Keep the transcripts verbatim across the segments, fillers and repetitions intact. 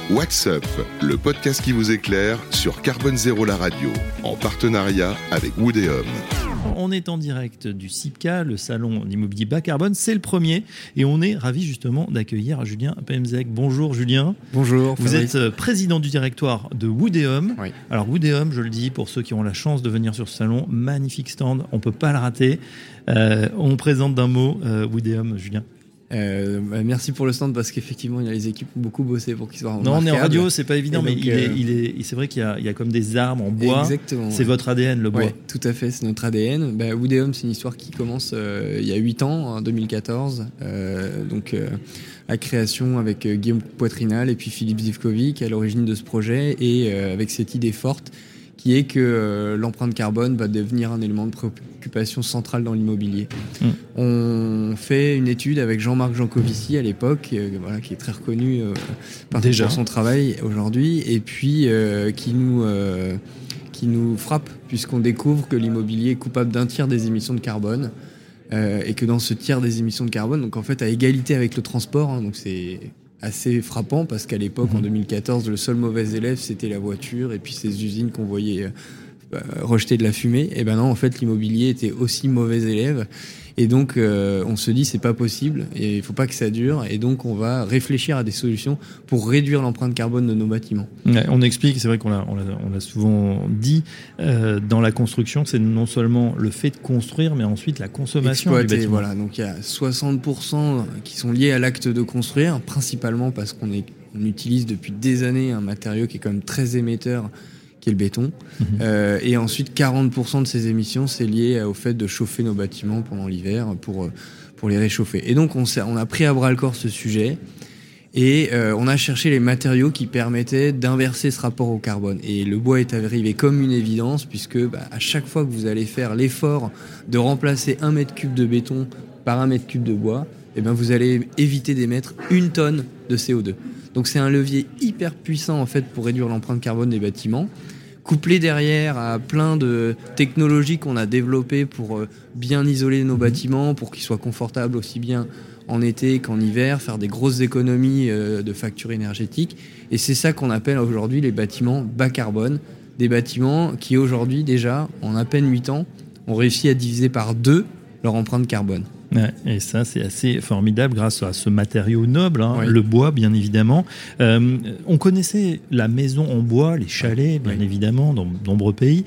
What's Up, le podcast qui vous éclaire sur Carbone Zéro la radio, en partenariat avec Wood et Home. On est en direct du SIPCA, le salon d'immobilier bas carbone, c'est le premier et on est ravis justement d'accueillir Julien Pemzec. Bonjour Julien. Bonjour. Vous Fabrice. êtes président du directoire de Wood et Home. Oui. Alors Wood et Home, je le dis pour ceux qui ont la chance de venir sur ce salon, magnifique stand, on ne peut pas le rater. Euh, on présente d'un mot euh, Wood et Home, Julien. Euh, bah, merci pour le stand parce qu'effectivement les équipes ont beaucoup bossé pour qu'il soit remarquable. Non, on est en radio, c'est pas évident, et mais donc, il, euh... est, il est, c'est vrai qu'il y a, il y a comme des arbres en bois. Exactement. C'est ouais. votre A D N, le bois. Ouais, tout à fait, c'est notre A D N. Bah, Wood et Home, c'est une histoire qui commence euh, il y a huit ans, en deux mille quatorze. Euh, donc euh, la création avec euh, Guillaume Poitrinal et puis Philippe Zivkovic à l'origine de ce projet et euh, avec cette idée forte qui est que euh, l'empreinte carbone va devenir un élément de préoccupation central dans l'immobilier. Mmh. On fait une étude avec Jean-Marc Jancovici à l'époque, euh, voilà, qui est très reconnu euh, par Déjà. son travail aujourd'hui, et puis euh, qui, nous, euh, qui nous frappe, puisqu'on découvre que l'immobilier est coupable d'un tiers des émissions de carbone, euh, et que dans ce tiers des émissions de carbone, donc en fait à égalité avec le transport, hein, donc c'est assez frappant parce qu'à l'époque, mmh. en deux mille quatorze, le seul mauvais élève, c'était la voiture et puis ces usines qu'on voyait euh, rejeter de la fumée. Et ben non, en fait, l'immobilier était aussi mauvais élève. Et donc, euh, on se dit, c'est pas possible et il faut pas que ça dure. Et donc, on va réfléchir à des solutions pour réduire l'empreinte carbone de nos bâtiments. Ouais, on explique, c'est vrai qu'on l'a, on l'a, on l'a souvent dit, euh, dans la construction, c'est non seulement le fait de construire, mais ensuite la consommation Exploiter, du bâtiment. Voilà, donc il y a soixante pour cent qui sont liés à l'acte de construire, principalement parce qu'on est, on utilise depuis des années un matériau qui est quand même très émetteur, qui est le béton. Mmh. Euh, et ensuite, quarante pour cent de ces émissions, c'est lié au fait de chauffer nos bâtiments pendant l'hiver pour, pour les réchauffer. Et donc, on, on a pris à bras-le-corps ce sujet et euh, on a cherché les matériaux qui permettaient d'inverser ce rapport au carbone. Et le bois est arrivé comme une évidence, puisque bah, à chaque fois que vous allez faire l'effort de remplacer un mètre cube de béton par un mètre cube de bois, eh ben, vous allez éviter d'émettre une tonne de C O deux. Donc c'est un levier hyper puissant en fait pour réduire l'empreinte carbone des bâtiments, couplé derrière à plein de technologies qu'on a développées pour bien isoler nos bâtiments, pour qu'ils soient confortables aussi bien en été qu'en hiver, faire des grosses économies de factures énergétiques. Et c'est ça qu'on appelle aujourd'hui les bâtiments bas carbone, des bâtiments qui aujourd'hui déjà, en à peine huit ans, ont réussi à diviser par deux leur empreinte carbone. Ouais, et ça, c'est assez formidable grâce à ce matériau noble, hein, oui. le bois, bien évidemment. Euh, on connaissait la maison en bois, les chalets, bien oui. évidemment, dans de nombreux pays.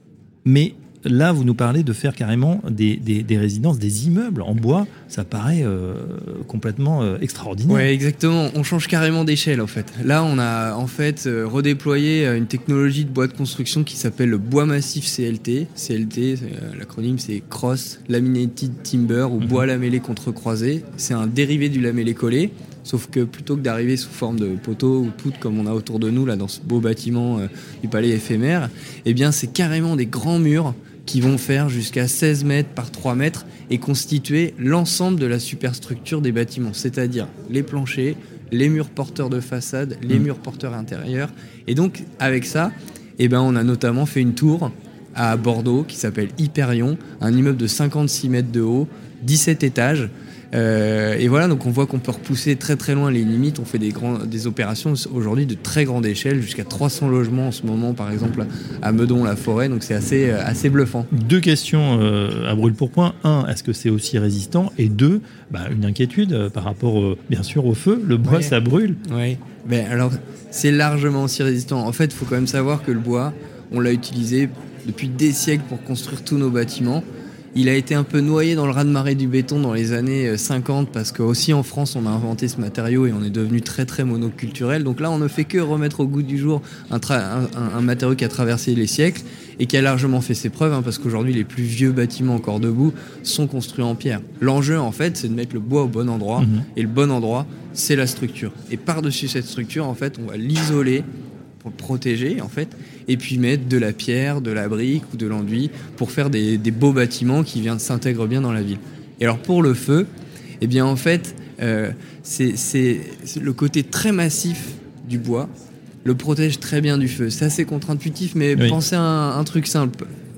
Mais là, vous nous parlez de faire carrément des, des, des résidences, des immeubles en bois. Ça paraît euh, complètement euh, extraordinaire. Oui, exactement. On change carrément d'échelle, en fait. Là, on a en fait euh, redéployé une technologie de bois de construction qui s'appelle le bois massif C L T. C L T, euh, l'acronyme, c'est Cross Laminated Timber ou mm-hmm. bois lamellé contre-croisé. C'est un dérivé du lamellé collé. Sauf que plutôt que d'arriver sous forme de poteaux ou poutres comme on a autour de nous là dans ce beau bâtiment euh, du palais éphémère, eh bien c'est carrément des grands murs qui vont faire jusqu'à seize mètres par trois mètres et constituer l'ensemble de la superstructure des bâtiments, c'est-à-dire les planchers, les murs porteurs de façade, les mmh. murs porteurs intérieurs. Et donc avec ça, eh ben, on a notamment fait une tour à Bordeaux qui s'appelle Hyperion, un immeuble de cinquante-six mètres de haut, dix-sept étages. Euh, et voilà, donc on voit qu'on peut repousser très très loin les limites. On fait des, grands, des opérations aujourd'hui de très grande échelle, jusqu'à trois cents logements en ce moment, par exemple à Meudon-la-Forêt. Donc c'est assez, assez bluffant. Deux questions euh, à brûle-pourpoint. Un, est-ce que c'est aussi résistant ? Et deux, bah, une inquiétude euh, par rapport euh, bien sûr au feu. Le bois, ouais. ça brûle. Oui. Ben alors c'est largement aussi résistant. En fait, il faut quand même savoir que le bois, on l'a utilisé depuis des siècles pour construire tous nos bâtiments. Il a été un peu noyé dans le raz-de-marée du béton dans les années cinquante parce qu'aussi en France, on a inventé ce matériau et on est devenu très très monoculturel. Donc là, on ne fait que remettre au goût du jour un, tra- un, un matériau qui a traversé les siècles et qui a largement fait ses preuves, hein, parce qu'aujourd'hui, les plus vieux bâtiments encore debout sont construits en pierre. L'enjeu, en fait, c'est de mettre le bois au bon endroit. Mmh. Et le bon endroit, c'est la structure. Et par-dessus cette structure, en fait, on va l'isoler pour le protéger, en fait, et puis mettre de la pierre, de la brique ou de l'enduit pour faire des, des beaux bâtiments qui viennent s'intègrent bien dans la ville. Et alors pour le feu, eh bien en fait, euh, c'est, c'est, c'est le côté très massif du bois le protège très bien du feu. C'est assez contre-intuitif, mais oui. pensez à un, un truc simple.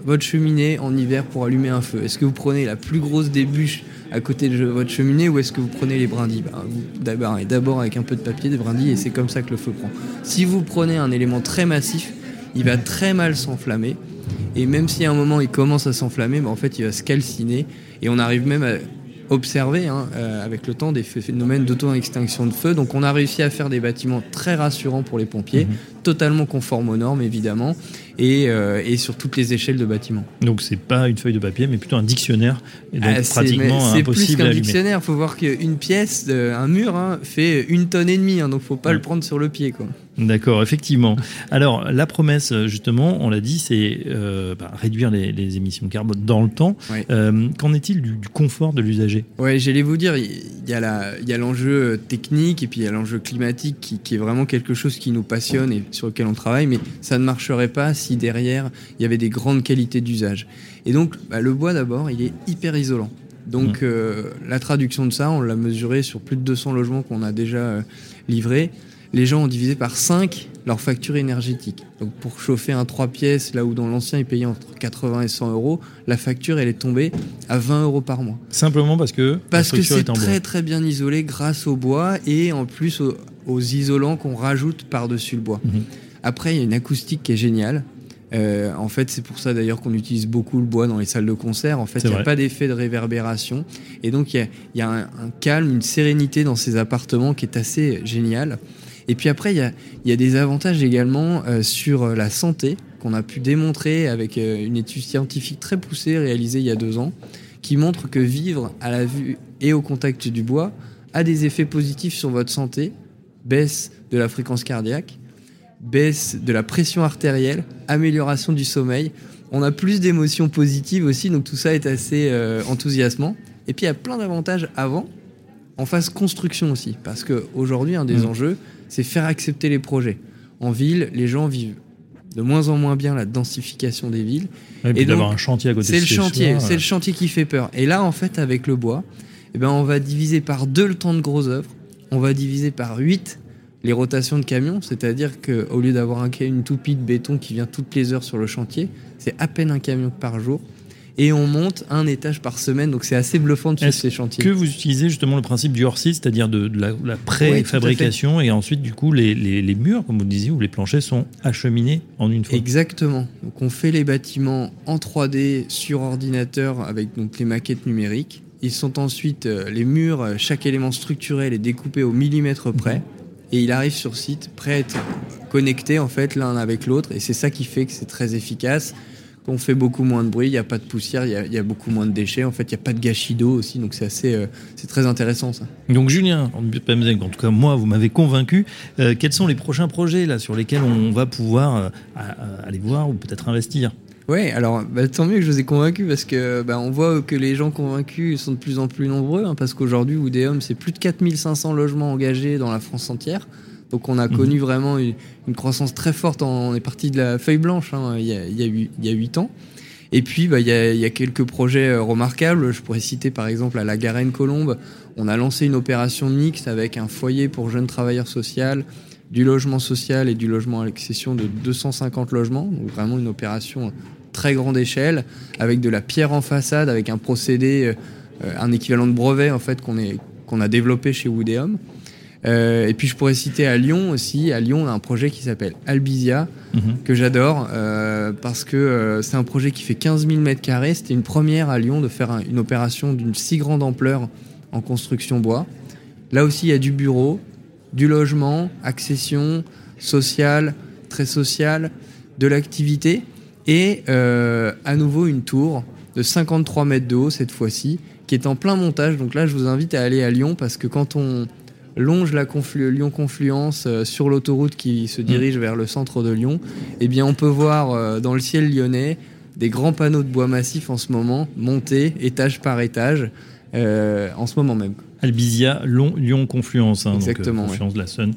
votre cheminée en hiver pour allumer un feu? Est-ce que vous prenez la plus grosse des bûches à côté de votre cheminée ou est-ce que vous prenez les brindilles? Ben, vous d'abord, d'abord avec un peu de papier, des brindilles, et c'est comme ça que le feu prend. Si vous prenez un élément très massif, il va très mal s'enflammer, et même si à un moment il commence à s'enflammer, ben, en fait il va se calciner, et on arrive même à observer hein, euh, avec le temps des phénomènes d'auto-extinction de feu. Donc on a réussi à faire des bâtiments très rassurants pour les pompiers, mmh. totalement conformes aux normes évidemment, et, euh, et sur toutes les échelles de bâtiments. Donc c'est pas une feuille de papier mais plutôt un dictionnaire, et donc ah, pratiquement c'est impossible plus qu'un à allumer. Dictionnaire, il faut voir qu'une pièce, un mur hein, fait une tonne et demie, hein, donc faut pas ouais. le prendre sur le pied quoi. D'accord, effectivement. Alors, la promesse, justement, on l'a dit, c'est euh, bah, réduire les, les émissions de carbone dans le temps. Oui. Euh, qu'en est-il du, du confort de l'usager ? Oui, j'allais vous dire, il y a la, il y a l'enjeu technique et puis il y a l'enjeu climatique qui, qui est vraiment quelque chose qui nous passionne et sur lequel on travaille, mais ça ne marcherait pas si derrière, il y avait des grandes qualités d'usage. Et donc, bah, le bois, d'abord, il est hyper isolant. Donc, mmh. euh, la traduction de ça, on l'a mesuré sur plus de deux cents logements qu'on a déjà euh, livrés. Les gens ont divisé par cinq leur facture énergétique. Donc pour chauffer un trois pièces, là où dans l'ancien ils payaient entre quatre-vingts et cent euros, la facture elle est tombée à vingt euros par mois. Simplement parce que parce la que c'est est en très bois. très bien isolé grâce au bois et en plus aux, aux isolants qu'on rajoute par-dessus le bois. Mmh. Après il y a une acoustique qui est géniale. Euh, en fait, c'est pour ça d'ailleurs qu'on utilise beaucoup le bois dans les salles de concert. En fait, il n'y a pas d'effet de réverbération. Et donc, il y, y a un, un calme, une sérénité dans ces appartements qui est assez génial. Et puis après, il y a, y a des avantages également euh, sur la santé qu'on a pu démontrer avec euh, une étude scientifique très poussée réalisée il y a deux ans qui montre que vivre à la vue et au contact du bois a des effets positifs sur votre santé, baisse de la fréquence cardiaque, baisse de la pression artérielle, amélioration du sommeil. On a plus d'émotions positives aussi, donc tout ça est assez euh, enthousiasmant. Et puis il y a plein d'avantages avant, en phase construction aussi, parce qu'aujourd'hui, un des mmh. enjeux, c'est faire accepter les projets. En ville, les gens vivent de moins en moins bien la densification des villes. Et puis et d'avoir un chantier à côté c'est de le chez chantier, soi, c'est ouais. le chantier qui fait peur. Et là, en fait, avec le bois, eh ben, on va diviser par deux le temps de gros œuvres. On va diviser par huit les rotations de camions, c'est-à-dire qu'au lieu d'avoir un, une toupie de béton qui vient toutes les heures sur le chantier, c'est à peine un camion par jour. Et on monte un étage par semaine, donc c'est assez bluffant de suivre ces chantiers. Que vous utilisez justement le principe du hors-site, c'est-à-dire de, de la, la pré-fabrication, oui, et ensuite du coup les, les, les murs, comme vous disiez, ou les planchers sont acheminés en une fois. Exactement. Donc on fait les bâtiments en trois D sur ordinateur avec donc les maquettes numériques. Ils sont ensuite euh, les murs, chaque élément structurel est découpé au millimètre près, mmh. et il arrive sur site prêt à être connecté en fait l'un avec l'autre, et c'est ça qui fait que c'est très efficace. On fait beaucoup moins de bruit, il n'y a pas de poussière, il y, y a beaucoup moins de déchets. En fait, il n'y a pas de gâchis d'eau aussi, donc c'est assez, euh, c'est très intéressant ça. Donc Julien, en tout cas moi, vous m'avez convaincu. Euh, quels sont les prochains projets là sur lesquels on va pouvoir euh, aller voir ou peut-être investir ? Ouais, alors bah, tant mieux que je vous ai convaincu parce que bah, on voit que les gens convaincus sont de plus en plus nombreux, hein, parce qu'aujourd'hui, Woodeum, c'est plus de quatre mille cinq cents logements engagés dans la France entière. Donc on a connu mmh. vraiment une, une croissance très forte. On est parti de la feuille blanche hein, il y a, il y a huit, il y a huit ans. Et puis bah, il y a, il y a quelques projets remarquables. Je pourrais citer par exemple à la Garenne-Colombe, on a lancé une opération mixte avec un foyer pour jeunes travailleurs sociaux, du logement social et du logement à l'accession de deux cent cinquante logements. Donc vraiment une opération très grande échelle avec de la pierre en façade, avec un procédé, euh, un équivalent de brevet en fait qu'on, est, qu'on a développé chez Woodeum. Euh, et puis je pourrais citer à Lyon aussi. À Lyon, on a un projet qui s'appelle Albizia, mmh. que j'adore euh, parce que euh, c'est un projet qui fait quinze mille mètres carrés. C'était une première à Lyon de faire un, une opération d'une si grande ampleur en construction bois. Là aussi, il y a du bureau, du logement, accession sociale, très sociale, de l'activité et euh, à nouveau une tour de cinquante-trois mètres de haut cette fois-ci qui est en plein montage. Donc là, je vous invite à aller à Lyon parce que quand on longe la conflu- Lyon-Confluence euh, sur l'autoroute qui se dirige mmh. vers le centre de Lyon, eh bien on peut voir euh, dans le ciel lyonnais des grands panneaux de bois massif en ce moment, montés étage par étage, euh, en ce moment même. Albizia, Lyon-Confluence, hein, exactement, donc, euh, Confluence ouais. de la Seine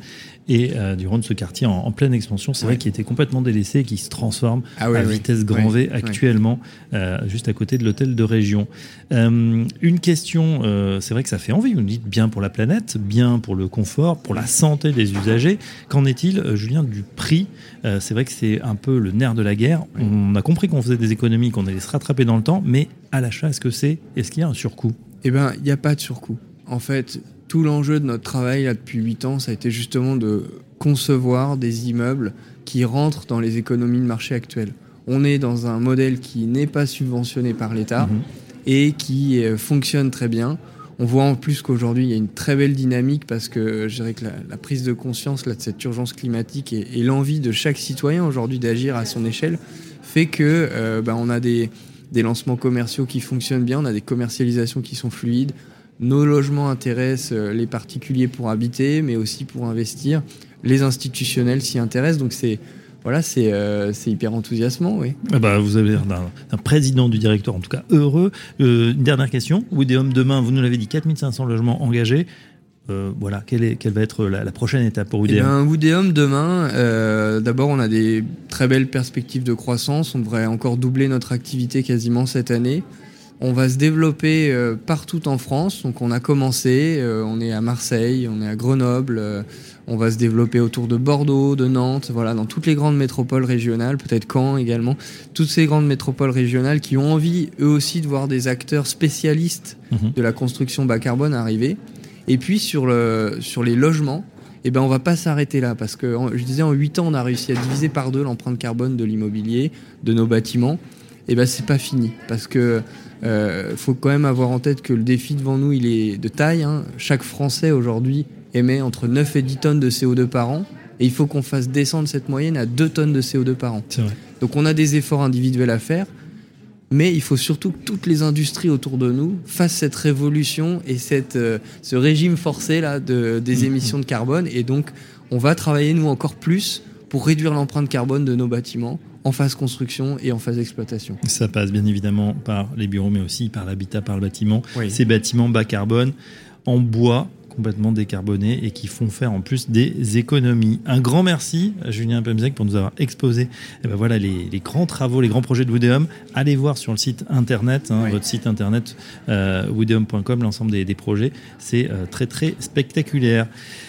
et euh, du Rhône, ce quartier en, en pleine expansion, c'est ouais. vrai qu'il était complètement délaissé, qui se transforme ah ouais, à ouais. vitesse grand V ouais. actuellement, ouais. Euh, juste à côté de l'hôtel de région. Euh, une question, euh, c'est vrai que ça fait envie, vous nous dites bien pour la planète, bien pour le confort, pour la santé des usagers. Qu'en est-il, euh, Julien, du prix ? euh, C'est vrai que c'est un peu le nerf de la guerre. Ouais. On a compris qu'on faisait des économies, qu'on allait se rattraper dans le temps, mais à l'achat, est-ce que c'est, est-ce qu'il y a un surcoût ? Eh bien, il n'y a pas de surcoût. En fait, tout l'enjeu de notre travail là, depuis huit ans, ça a été justement de concevoir des immeubles qui rentrent dans les économies de marché actuelles. On est dans un modèle qui n'est pas subventionné par l'État mmh. et qui euh, fonctionne très bien. On voit en plus qu'aujourd'hui, il y a une très belle dynamique parce que je dirais que la, la prise de conscience là, de cette urgence climatique et, et l'envie de chaque citoyen aujourd'hui d'agir à son échelle fait que euh, bah, on a des, des lancements commerciaux qui fonctionnent bien, on a des commercialisations qui sont fluides. Nos logements intéressent les particuliers pour habiter, mais aussi pour investir. Les institutionnels s'y intéressent, donc c'est voilà, c'est euh, c'est hyper enthousiasmant, oui. Ah bah, vous avez l'air d'un, d'un président du directoire, en tout cas heureux. Euh, une dernière question. Woodeum, demain, vous nous l'avez dit, quatre mille cinq cents logements engagés. Euh, voilà, quelle, est, quelle va être la, la prochaine étape pour Woodeum ? Eh bien, Woodeum, demain, euh, d'abord, on a des très belles perspectives de croissance. On devrait encore doubler notre activité quasiment cette année. On va se développer euh, partout en France. Donc, on a commencé. Euh, on est à Marseille, on est à Grenoble. Euh, on va se développer autour de Bordeaux, de Nantes. Voilà, dans toutes les grandes métropoles régionales, peut-être Caen également. Toutes ces grandes métropoles régionales qui ont envie, eux aussi, de voir des acteurs spécialistes mmh. de la construction bas carbone arriver. Et puis, sur, le, sur les logements, eh ben, on va pas s'arrêter là. Parce que, je disais, en huit ans, on a réussi à diviser par deux l'empreinte carbone de l'immobilier, de nos bâtiments. Eh ben, c'est pas fini. Parce que il euh, faut quand même avoir en tête que le défi devant nous, il est de taille. Hein. Chaque Français aujourd'hui émet entre neuf et dix tonnes de C O deux par an. Et il faut qu'on fasse descendre cette moyenne à deux tonnes de C O deux par an. C'est vrai. Donc on a des efforts individuels à faire. Mais il faut surtout que toutes les industries autour de nous fassent cette révolution et cette, euh, ce régime forcé là, de, des mmh. émissions de carbone. Et donc on va travailler, nous, encore plus pour réduire l'empreinte carbone de nos bâtiments en phase construction et en phase exploitation. Ça passe bien évidemment par les bureaux, mais aussi par l'habitat, par le bâtiment. Oui. Ces bâtiments bas carbone, en bois, complètement décarbonés et qui font faire en plus des économies. Un grand merci à Julien Pemzec pour nous avoir exposé eh ben voilà, les, les grands travaux, les grands projets de Woodeum. Allez voir sur le site internet, hein, oui. votre site internet euh, woodeum point com, l'ensemble des, des projets. C'est euh, très très spectaculaire.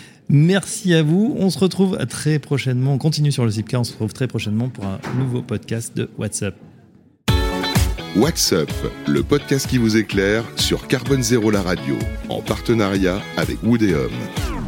Merci à vous. On se retrouve très prochainement. On continue sur le Zipcar. On se retrouve très prochainement pour un nouveau podcast de WhatsApp. WhatsApp, le podcast qui vous éclaire sur Carbone Zéro la radio, en partenariat avec Woodeum.